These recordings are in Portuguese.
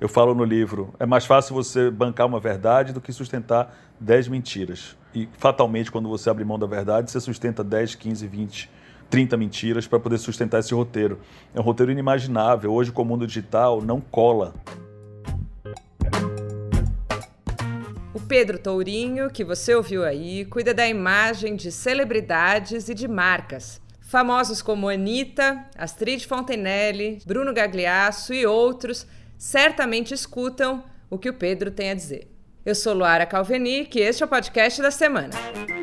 Eu falo no livro, é mais fácil você bancar uma verdade do que sustentar 10 mentiras. E fatalmente, quando você abre mão da verdade, você sustenta 10, 15, 20, 30 mentiras para poder sustentar esse roteiro. É um roteiro inimaginável. Hoje, com o mundo digital, não cola. O Pedro Tourinho, que você ouviu aí, cuida da imagem de celebridades e de marcas. Famosos como Anitta, Astrid Fontenelle, Bruno Gagliasso e outros certamente escutam o que o Pedro tem a dizer. Eu sou Luara Calvenic e este é o podcast da semana.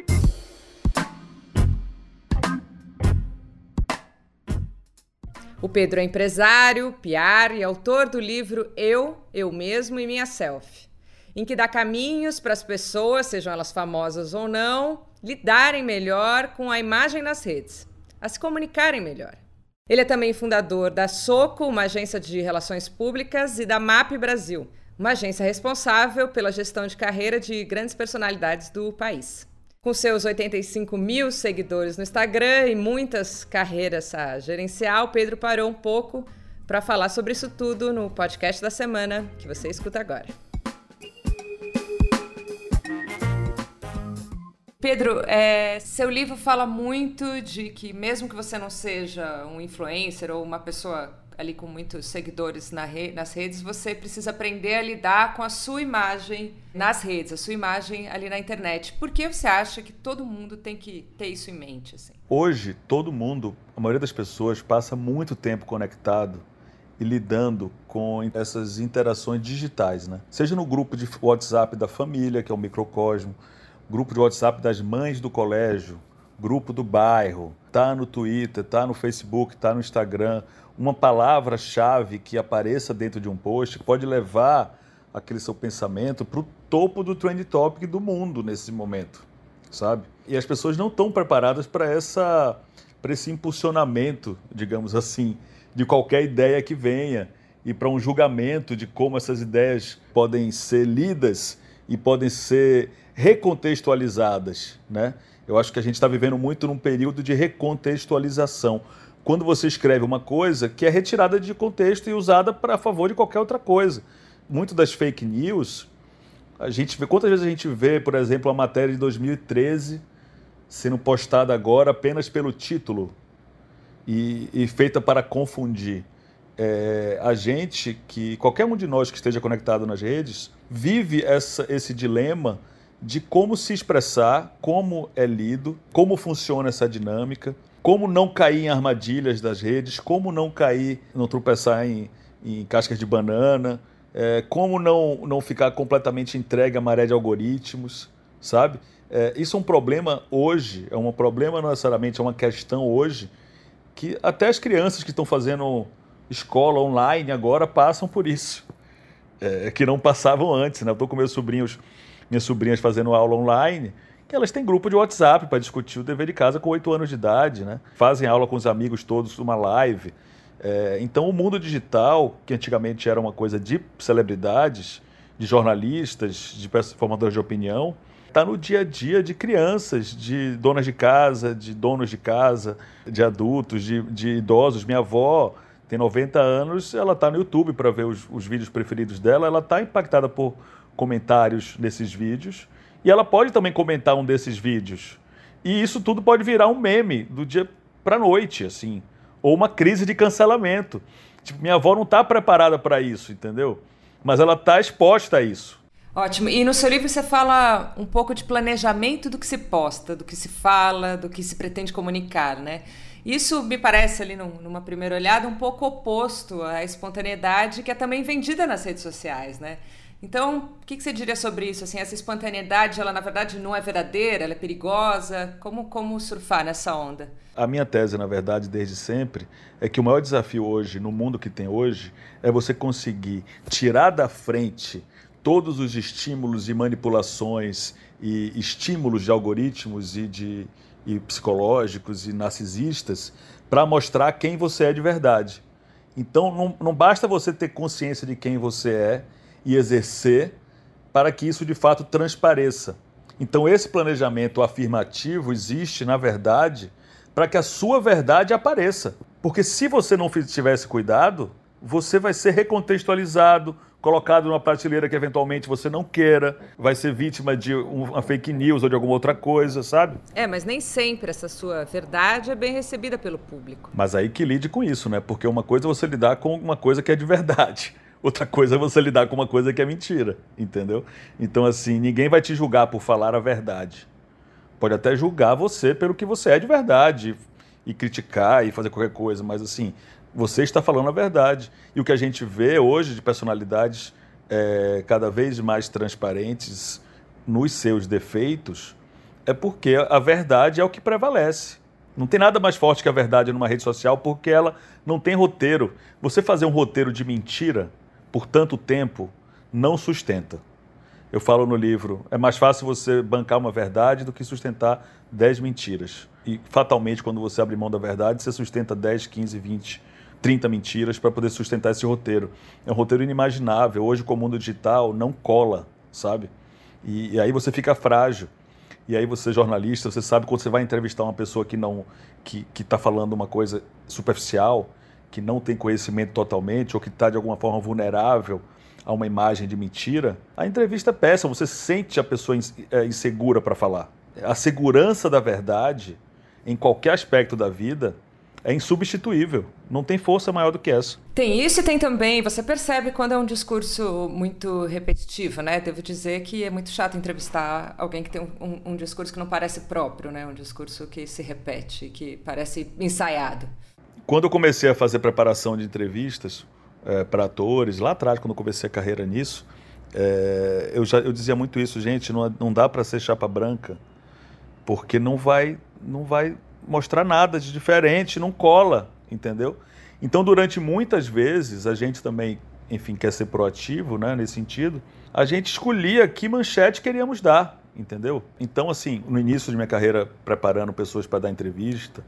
O Pedro é empresário, PR e autor do livro Eu Mesmo e Minha Selfie, em que dá caminhos para as pessoas, sejam elas famosas ou não, lidarem melhor com a imagem nas redes, a se comunicarem melhor. Ele é também fundador da Soco, uma agência de relações públicas, e da MAP Brasil, uma agência responsável pela gestão de carreira de grandes personalidades do país. Com seus 85 mil seguidores no Instagram e muitas carreiras a gerenciar, o Pedro parou um pouco para falar sobre isso tudo no podcast da semana, que você escuta agora. Pedro, seu livro fala muito de que mesmo que você não seja um influencer ou uma pessoa ali com muitos seguidores nas redes, você precisa aprender a lidar com a sua imagem nas redes, a sua imagem ali na internet. Por que você acha que todo mundo tem que ter isso em mente? Assim? Hoje, todo mundo, a maioria das pessoas, passa muito tempo conectado e lidando com essas interações digitais, né? Seja no grupo de WhatsApp da família, que é o microcosmo, grupo de WhatsApp das mães do colégio, grupo do bairro, tá no Twitter, tá no Facebook, tá no Instagram. Uma palavra-chave que apareça dentro de um post pode levar aquele seu pensamento para o topo do trend topic do mundo nesse momento, sabe? E as pessoas não estão preparadas para esse impulsionamento, digamos assim, de qualquer ideia que venha e para um julgamento de como essas ideias podem ser lidas e podem ser recontextualizadas, né? Eu acho que a gente está vivendo muito num período de recontextualização. Quando você escreve uma coisa que é retirada de contexto e usada a favor de qualquer outra coisa. Muito das fake news, a gente vê, quantas vezes a gente vê, por exemplo, a matéria de 2013 sendo postada agora apenas pelo título e feita para confundir. A gente, qualquer um de nós que esteja conectado nas redes, vive esse dilema de como se expressar, como é lido, como funciona essa dinâmica, como não cair em armadilhas das redes, como não tropeçar em cascas de banana, como não ficar completamente entregue à maré de algoritmos, sabe? Isso é um problema hoje, é um problema não necessariamente, é uma questão hoje que até as crianças que estão fazendo escola online agora passam por isso, que não passavam antes, né? Eu estou com minhas sobrinhas fazendo aula online, que elas têm grupo de WhatsApp para discutir o dever de casa com 8 anos de idade, né? Fazem aula com os amigos todos, uma live. Então o mundo digital, que antigamente era uma coisa de celebridades, de jornalistas, de formadores de opinião, está no dia a dia de crianças, de donas de casa, de donos de casa, de adultos, de idosos. Minha avó tem 90 anos, ela está no YouTube para ver os vídeos preferidos dela, ela está impactada por comentários desses vídeos e ela pode também comentar um desses vídeos. E isso tudo pode virar um meme do dia para a noite, assim, ou uma crise de cancelamento. Tipo, minha avó não está preparada para isso, entendeu? Mas ela está exposta a isso. Ótimo. E no seu livro você fala um pouco de planejamento do que se posta, do que se fala, do que se pretende comunicar, né? Isso me parece ali, numa primeira olhada, um pouco oposto à espontaneidade que é também vendida nas redes sociais, né? Então, o que você diria sobre isso? Assim, essa espontaneidade, ela na verdade não é verdadeira, ela é perigosa? Como surfar nessa onda? A minha tese, na verdade, desde sempre, é que o maior desafio hoje, no mundo que tem hoje, é você conseguir tirar da frente todos os estímulos e manipulações e estímulos de algoritmos e psicológicos e narcisistas para mostrar quem você é de verdade. Então, não basta você ter consciência de quem você é e exercer para que isso de fato transpareça. Então esse planejamento afirmativo existe, na verdade, para que a sua verdade apareça. Porque se você não tivesse cuidado, você vai ser recontextualizado, colocado numa prateleira que eventualmente você não queira, vai ser vítima de uma fake news ou de alguma outra coisa, sabe? Mas nem sempre essa sua verdade é bem recebida pelo público. Mas aí que lide com isso, né? Porque uma coisa é você lidar com uma coisa que é de verdade. Outra coisa é você lidar com uma coisa que é mentira, entendeu? Então, assim, ninguém vai te julgar por falar a verdade. Pode até julgar você pelo que você é de verdade e criticar e fazer qualquer coisa, mas assim, você está falando a verdade. E o que a gente vê hoje de personalidades cada vez mais transparentes nos seus defeitos é porque a verdade é o que prevalece. Não tem nada mais forte que a verdade numa rede social porque ela não tem roteiro. Você fazer um roteiro de mentira por tanto tempo não sustenta. Eu falo no livro, é mais fácil você bancar uma verdade do que sustentar 10 mentiras. E fatalmente, quando você abre mão da verdade, você sustenta 10, 15, 20, 30 mentiras para poder sustentar esse roteiro. É um roteiro inimaginável. Hoje, com o mundo digital, não cola, sabe? E aí você fica frágil. E aí você, jornalista, você sabe quando você vai entrevistar uma pessoa que está falando uma coisa superficial, que não tem conhecimento totalmente, ou que está de alguma forma vulnerável a uma imagem de mentira, a entrevista é péssima, você sente a pessoa insegura para falar. A segurança da verdade, em qualquer aspecto da vida, é insubstituível. Não tem força maior do que essa. Tem isso e tem também, você percebe quando é um discurso muito repetitivo, né? Devo dizer que é muito chato entrevistar alguém que tem um discurso que não parece próprio, né? Um discurso que se repete, que parece ensaiado. Quando eu comecei a fazer preparação de entrevistas para atores, lá atrás, quando eu comecei a carreira nisso, eu dizia muito isso, gente, não dá para ser chapa branca, porque não vai mostrar nada de diferente, não cola, entendeu? Então, durante muitas vezes, a gente também, enfim, quer ser proativo, né, nesse sentido, a gente escolhia que manchete queríamos dar, entendeu? Então, assim, no início de minha carreira, preparando pessoas para dar entrevista,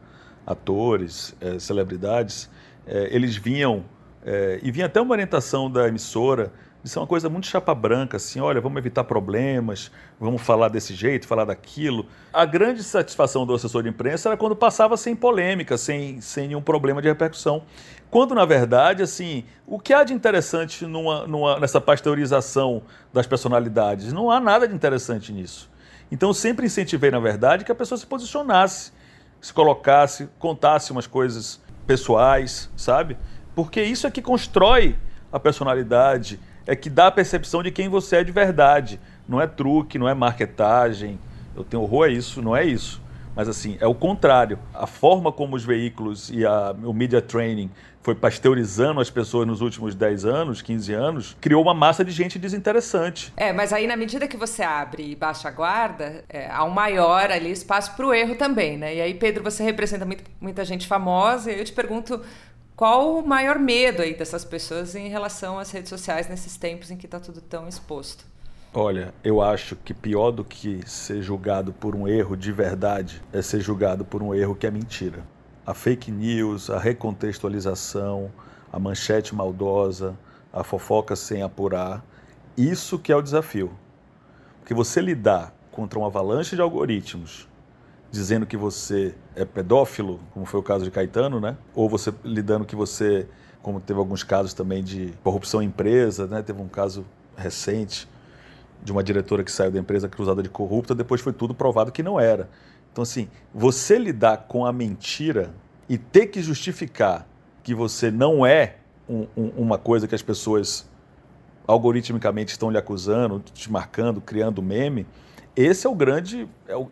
atores, celebridades, eles vinham, e vinha até uma orientação da emissora, isso é uma coisa muito chapa branca, assim, olha, vamos evitar problemas, vamos falar desse jeito, falar daquilo. A grande satisfação do assessor de imprensa era quando passava sem polêmica, sem nenhum problema de repercussão. Quando, na verdade, assim, o que há de interessante nessa pasteurização das personalidades? Não há nada de interessante nisso. Então, eu sempre incentivei, na verdade, que a pessoa se posicionasse, se colocasse, contasse umas coisas pessoais, sabe? Porque isso é que constrói a personalidade, é que dá a percepção de quem você é de verdade. Não é truque, não é marketagem. Eu tenho horror a isso, não é isso. Mas assim, é o contrário. A forma como os veículos e o media training foi pasteurizando as pessoas nos últimos 10 anos, 15 anos, criou uma massa de gente desinteressante. Mas aí na medida que você abre e baixa a guarda, há um maior ali espaço para o erro também, né? E aí, Pedro, você representa muita gente famosa e eu te pergunto, qual o maior medo aí dessas pessoas em relação às redes sociais nesses tempos em que está tudo tão exposto? Olha, eu acho que pior do que ser julgado por um erro de verdade é ser julgado por um erro que é mentira. A fake news, a recontextualização, a manchete maldosa, a fofoca sem apurar, isso que é o desafio. Porque você lidar contra uma avalanche de algoritmos dizendo que você é pedófilo, como foi o caso de Caetano, né? Ou você lidando que você, como teve alguns casos também de corrupção em empresa, né? Teve um caso recente de uma diretora que saiu da empresa acusada de corrupta, depois foi tudo provado que não era. Então, assim, você lidar com a mentira e ter que justificar que você não é uma coisa que as pessoas algoritmicamente estão lhe acusando, te marcando, criando meme, esse é o grande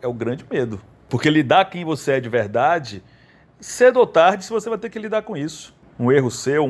medo. Porque lidar quem você é de verdade, cedo ou tarde, você vai ter que lidar com isso. Um erro seu,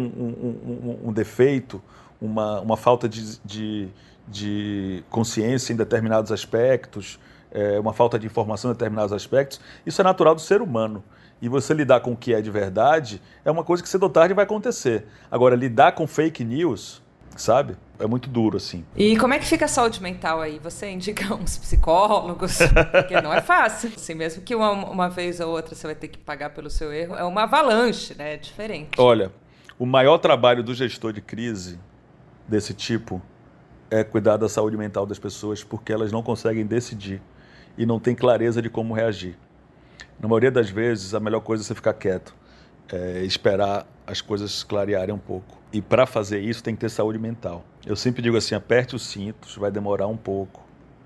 um defeito, uma falta de consciência em determinados aspectos, uma falta de informação em determinados aspectos, isso é natural do ser humano. E você lidar com o que é de verdade é uma coisa que cedo ou tarde vai acontecer. Agora, lidar com fake news, sabe? É muito duro, assim. E como é que fica a saúde mental aí? Você indica uns psicólogos? Porque não é fácil. Assim, mesmo que uma vez ou outra você vai ter que pagar pelo seu erro, é uma avalanche, né? É diferente. Olha, o maior trabalho do gestor de crise desse tipo é cuidar da saúde mental das pessoas, porque elas não conseguem decidir e não têm clareza de como reagir. Na maioria das vezes, a melhor coisa é você ficar quieto, esperar as coisas clarearem um pouco. E para fazer isso tem que ter saúde mental. Eu sempre digo assim, aperte os cintos, vai demorar um pouco,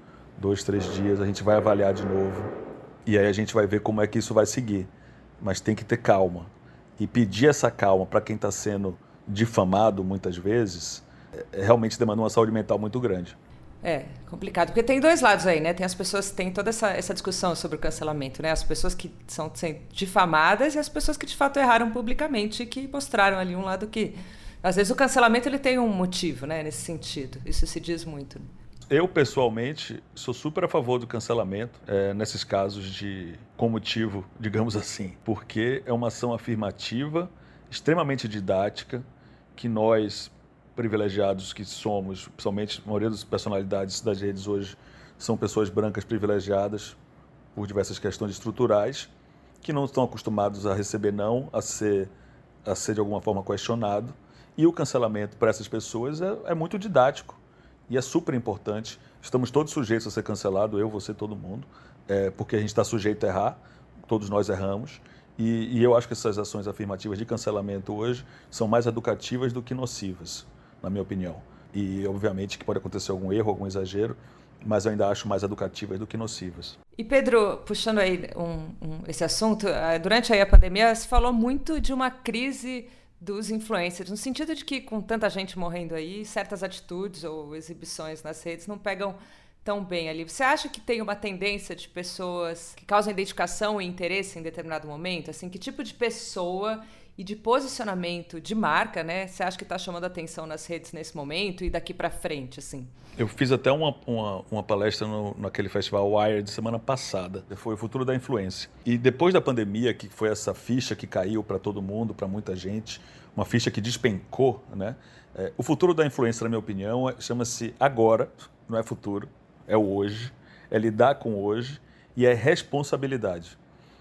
2, 3 dias, a gente vai avaliar de novo e aí a gente vai ver como é que isso vai seguir. Mas tem que ter calma. E pedir essa calma para quem está sendo difamado muitas vezes, realmente demanda uma saúde mental muito grande. É complicado, porque tem dois lados aí, né? Tem as pessoas que têm toda essa discussão sobre o cancelamento, né? As pessoas que são difamadas e as pessoas que de fato erraram publicamente e que mostraram ali um lado que... Às vezes o cancelamento ele tem um motivo, né? Nesse sentido. Isso se diz muito. Eu, pessoalmente, sou super a favor do cancelamento, nesses casos com motivo, digamos assim, porque é uma ação afirmativa, extremamente didática, que nós, privilegiados que somos, principalmente a maioria das personalidades das redes hoje, são pessoas brancas privilegiadas por diversas questões estruturais, que não estão acostumados a receber não, a ser de alguma forma questionado. E o cancelamento para essas pessoas é muito didático e é super importante. Estamos todos sujeitos a ser cancelados, eu, você, todo mundo, porque a gente está sujeito a errar, todos nós erramos. E eu acho que essas ações afirmativas de cancelamento hoje são mais educativas do que nocivas, na minha opinião. E, obviamente, que pode acontecer algum erro, algum exagero, mas eu ainda acho mais educativas do que nocivas. E, Pedro, puxando aí esse assunto, durante aí a pandemia se falou muito de uma crise dos influencers, no sentido de que com tanta gente morrendo aí, certas atitudes ou exibições nas redes não pegam tão bem ali. Você acha que tem uma tendência de pessoas que causam identificação e interesse em determinado momento? Assim, que tipo de pessoa e de posicionamento de marca, né, você acha que está chamando a atenção nas redes nesse momento e daqui para frente, assim? Eu fiz até uma palestra naquele festival Wired semana passada. Foi o futuro da influência. E depois da pandemia, que foi essa ficha que caiu para todo mundo, para muita gente, uma ficha que despencou, né? O futuro da influência, na minha opinião, chama-se agora, não é futuro, é o hoje, é lidar com o hoje e é responsabilidade.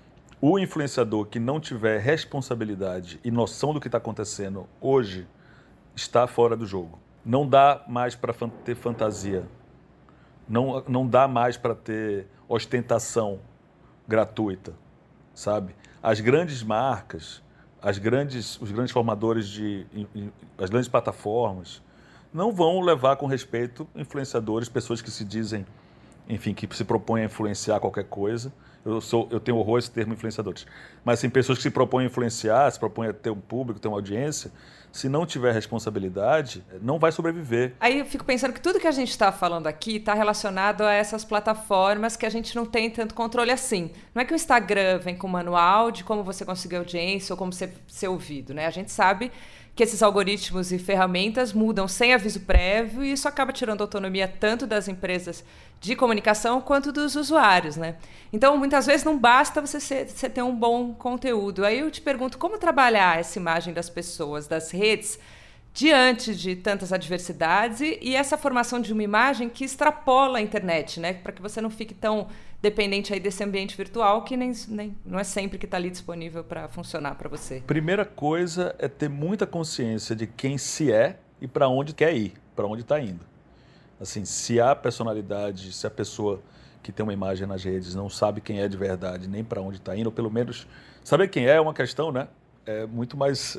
O influenciador que não tiver responsabilidade e noção do que está acontecendo hoje está fora do jogo. Não dá mais para ter fantasia, não dá mais para ter ostentação gratuita, sabe? As grandes marcas, os grandes formadores as grandes plataformas não vão levar com respeito influenciadores, pessoas que se dizem, enfim, que se propõem a influenciar qualquer coisa. Eu tenho horror a esse termo influenciadores. Mas assim, pessoas que se propõem a influenciar, se propõem a ter um público, ter uma audiência, se não tiver responsabilidade, não vai sobreviver. Aí eu fico pensando que tudo que a gente está falando aqui está relacionado a essas plataformas que a gente não tem tanto controle assim. Não é que o Instagram vem com manual de como você conseguir audiência ou como ser ouvido, né? A gente sabe que esses algoritmos e ferramentas mudam sem aviso prévio e isso acaba tirando autonomia tanto das empresas de comunicação quanto dos usuários, né? Então, muitas vezes não basta você ter um bom conteúdo. Aí eu te pergunto, como trabalhar essa imagem das pessoas, das redes, diante de tantas adversidades e essa formação de uma imagem que extrapola a internet, né? Para que você não fique tão dependente aí desse ambiente virtual que não é sempre que está ali disponível para funcionar para você. Primeira coisa é ter muita consciência de quem se é e para onde quer ir, para onde está indo. Assim, se a personalidade, se a pessoa que tem uma imagem nas redes não sabe quem é de verdade, nem para onde está indo, ou pelo menos saber quem é uma questão, né? É muito mais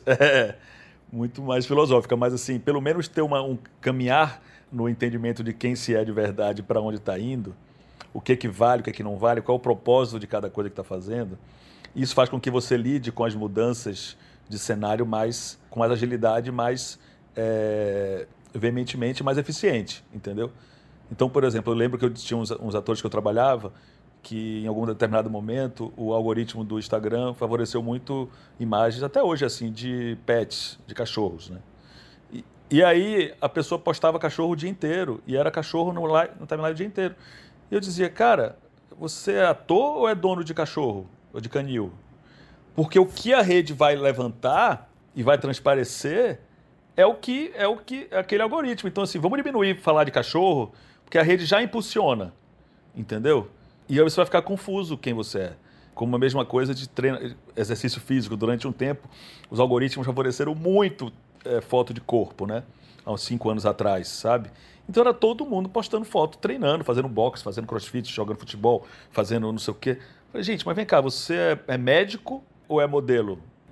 filosófica, mas assim, pelo menos ter um caminhar no entendimento de quem se é de verdade, para onde está indo, o que vale, o que não vale, qual é o propósito de cada coisa que está fazendo. Isso faz com que você lide com as mudanças de cenário com mais agilidade, mais veementemente, mais eficiente, entendeu? Então, por exemplo, eu lembro que eu tinha uns atores que eu trabalhava que em algum determinado momento o algoritmo do Instagram favoreceu muito imagens, até hoje assim, de pets, de cachorros, né? E aí a pessoa postava cachorro o dia inteiro e era cachorro no timeline o dia inteiro. E eu dizia, cara, você é ator ou é dono de cachorro ou de canil? Porque o que a rede vai levantar e vai transparecer é aquele algoritmo. Então, assim, vamos diminuir falar de cachorro, porque a rede já impulsiona, entendeu? E aí você vai ficar confuso quem você é. Como a mesma coisa de exercício físico. Durante um tempo, os algoritmos favoreceram muito foto de corpo, né? Há uns 5 anos atrás, sabe? Então era todo mundo postando foto, treinando, fazendo boxe, fazendo crossfit, jogando futebol, fazendo não sei o quê. Falei, gente, mas vem cá, você é médico ou é modelo?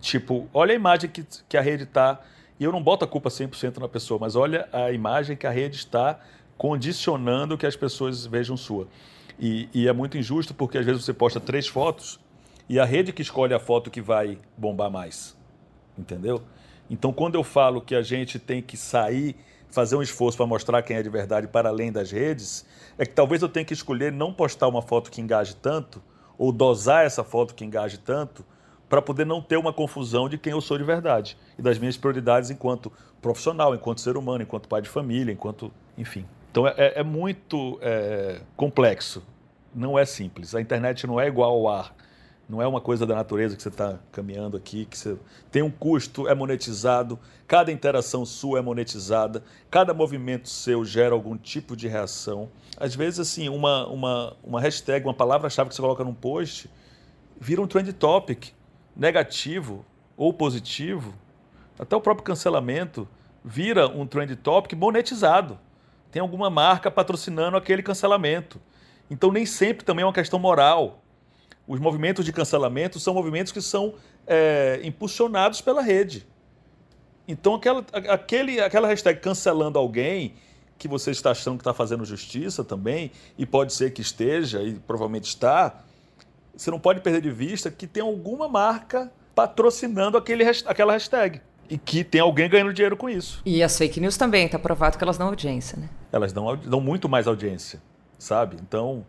Tipo, olha a imagem que a rede está, e eu não boto a culpa 100% na pessoa, mas olha a imagem que a rede está condicionando que as pessoas vejam sua. E é muito injusto porque às vezes você posta 3 fotos e a rede que escolhe a foto que vai bombar mais, entendeu? Então, quando eu falo que a gente tem que sair, fazer um esforço para mostrar quem é de verdade para além das redes, é que talvez eu tenha que escolher não postar uma foto que engaje tanto, ou dosar essa foto que engaje tanto, para poder não ter uma confusão de quem eu sou de verdade e das minhas prioridades enquanto profissional, enquanto ser humano, enquanto pai de família, enquanto... enfim. Então é muito complexo, não é simples. A internet não é igual ao ar. Não é uma coisa da natureza que você está caminhando aqui, que você tem um custo, é monetizado, cada interação sua é monetizada, cada movimento seu gera algum tipo de reação. Às vezes, assim, uma hashtag, uma palavra-chave que você coloca num post, vira um trend topic, negativo ou positivo, até o próprio cancelamento vira um trend topic monetizado. Tem alguma marca patrocinando aquele cancelamento. Então, nem sempre também é uma questão moral. Os movimentos de cancelamento são movimentos que são impulsionados pela rede. Então, aquela hashtag cancelando alguém que você está achando que está fazendo justiça também, e pode ser que esteja, e provavelmente está, você não pode perder de vista que tem alguma marca patrocinando aquela hashtag. E que tem alguém ganhando dinheiro com isso. E as fake news também, está provado que elas dão audiência, né? Elas dão muito mais audiência, sabe? Então,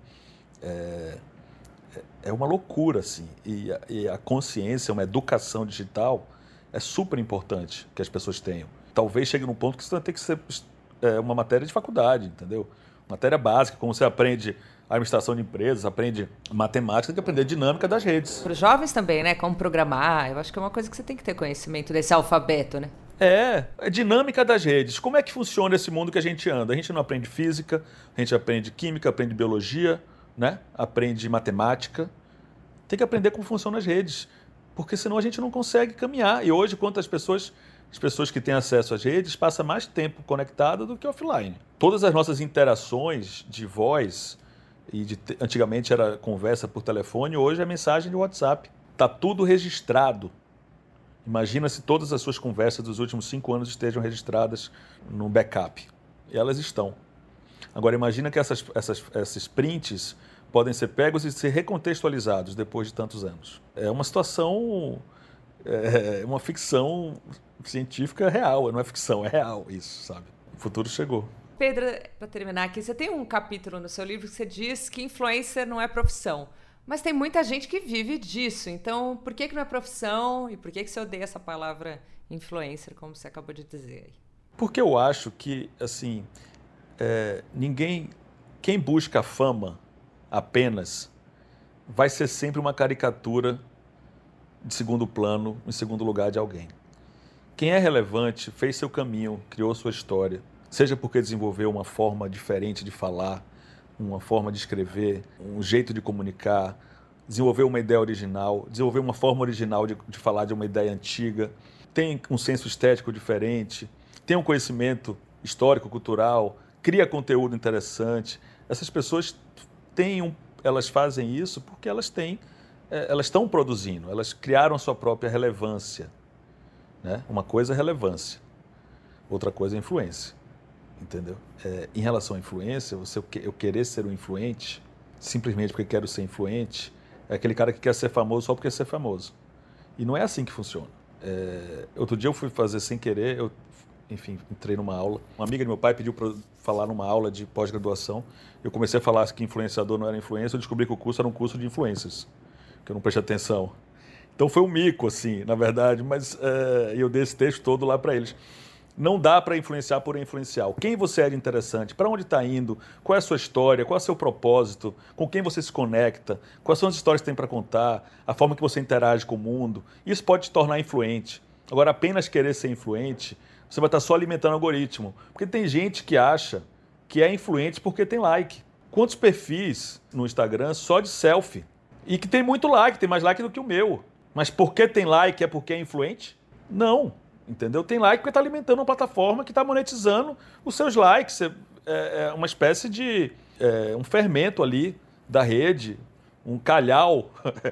é uma loucura, assim. E a consciência, uma educação digital é super importante que as pessoas tenham. Talvez chegue num ponto que isso vai ter que ser uma matéria de faculdade, entendeu? Matéria básica, como você aprende administração de empresas, aprende matemática, tem que aprender a dinâmica das redes. Para os jovens também, né? Como programar, eu acho que é uma coisa que você tem que ter conhecimento desse alfabeto, né? É dinâmica das redes. Como é que funciona esse mundo que a gente anda? A gente não aprende física, a gente aprende química, aprende biologia, né? Aprende matemática. Tem que aprender como funcionam as redes, porque senão a gente não consegue caminhar. E hoje, as pessoas que têm acesso às redes passam mais tempo conectadas do que offline. Todas as nossas interações de voz, antigamente era conversa por telefone, hoje é mensagem de WhatsApp. Está tudo registrado. Imagina se todas as suas conversas dos últimos 5 anos estejam registradas no backup. E elas estão. Agora, imagina que esses prints podem ser pegos e ser recontextualizados depois de tantos anos. É uma situação, uma ficção científica real, não é ficção, é real isso, sabe? O futuro chegou. Pedro, para terminar aqui, você tem um capítulo no seu livro que você diz que influencer não é profissão. Mas tem muita gente que vive disso. Então, por que não é profissão? E por que você odeia essa palavra influencer, como você acabou de dizer aí? Porque eu acho que, assim, quem busca fama apenas vai ser sempre uma caricatura de segundo plano, em segundo lugar de alguém. Quem é relevante fez seu caminho, criou sua história, seja porque desenvolveu uma forma diferente de falar, uma forma de escrever, um jeito de comunicar, desenvolveu uma ideia original, desenvolveu uma forma original de falar de uma ideia antiga, tem um senso estético diferente, tem um conhecimento histórico, cultural, cria conteúdo interessante. Essas pessoas elas fazem isso porque elas estão produzindo, elas criaram a sua própria relevância, né? Uma coisa é relevância, outra coisa é influência. Entendeu? Em relação à influência, eu querer ser um influente, simplesmente porque quero ser influente, é aquele cara que quer ser famoso só porque quer ser famoso. E não é assim que funciona. Outro dia eu fui fazer sem querer, entrei numa aula. Uma amiga do meu pai pediu para falar numa aula de pós-graduação. Eu comecei a falar que influenciador não era influência, eu descobri que o curso era um curso de influências, que eu não prestei atenção. Então foi um mico, assim, na verdade, mas eu dei esse texto todo lá para eles. Não dá para influenciar por influenciar. Quem você é de interessante, para onde está indo, qual é a sua história, qual é o seu propósito, com quem você se conecta, quais são as histórias que tem para contar, a forma que você interage com o mundo. Isso pode te tornar influente. Agora, apenas querer ser influente, você vai estar só alimentando o algoritmo. Porque tem gente que acha que é influente porque tem like. Quantos perfis no Instagram só de selfie? E que tem muito like, tem mais like do que o meu. Mas porque tem like é porque é influente? Não. Entendeu? Tem like porque está alimentando uma plataforma que está monetizando os seus likes. É uma espécie de um fermento ali da rede, um calhau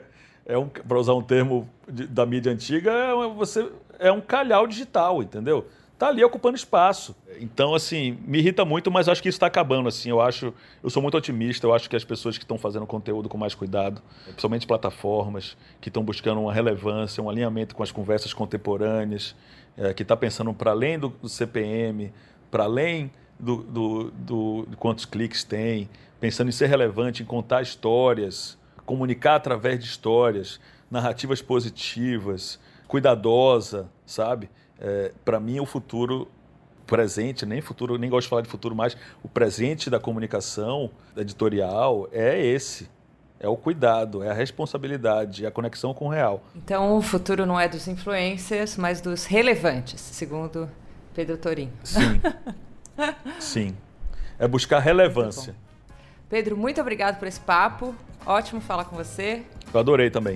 para usar um termo da mídia antiga, você é um calhau digital, entendeu? Tá ali ocupando espaço. Então, assim, me irrita muito, mas acho que isso está acabando, assim. Eu sou muito otimista, eu acho que as pessoas que estão fazendo conteúdo com mais cuidado, principalmente plataformas que estão buscando uma relevância, um alinhamento com as conversas contemporâneas, que está pensando para além do CPM, para além de quantos cliques tem, pensando em ser relevante, em contar histórias, comunicar através de histórias, narrativas positivas, cuidadosa, sabe? Para mim, o futuro presente, nem gosto de falar de futuro mais, o presente da comunicação editorial é esse. É o cuidado, é a responsabilidade, é a conexão com o real. Então, o futuro não é dos influencers, mas dos relevantes, segundo Pedro Torim. Sim. Sim. É buscar relevância. Pedro, muito obrigado por esse papo. Ótimo falar com você. Eu adorei também.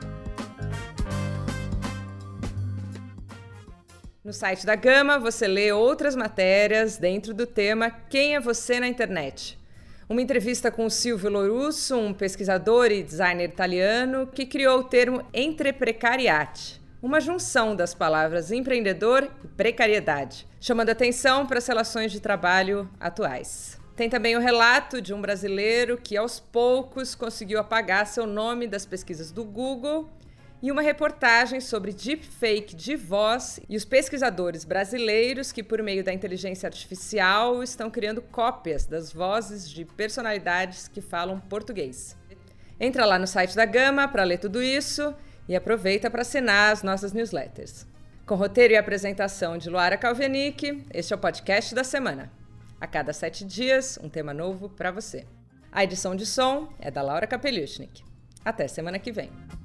No site da Gama, você lê outras matérias dentro do tema Quem é Você na Internet? Uma entrevista com o Silvio Lorusso, um pesquisador e designer italiano que criou o termo entreprecariate, uma junção das palavras empreendedor e precariedade, chamando atenção para as relações de trabalho atuais. Tem também o relato de um brasileiro que, aos poucos, conseguiu apagar seu nome das pesquisas do Google e uma reportagem sobre deepfake de voz e os pesquisadores brasileiros que, por meio da inteligência artificial, estão criando cópias das vozes de personalidades que falam português. Entra lá no site da Gama para ler tudo isso e aproveita para assinar as nossas newsletters. Com roteiro e apresentação de Luara Calvenic, este é o podcast da semana. A cada 7 dias, um tema novo para você. A edição de som é da Laura Kapeliushnik. Até semana que vem.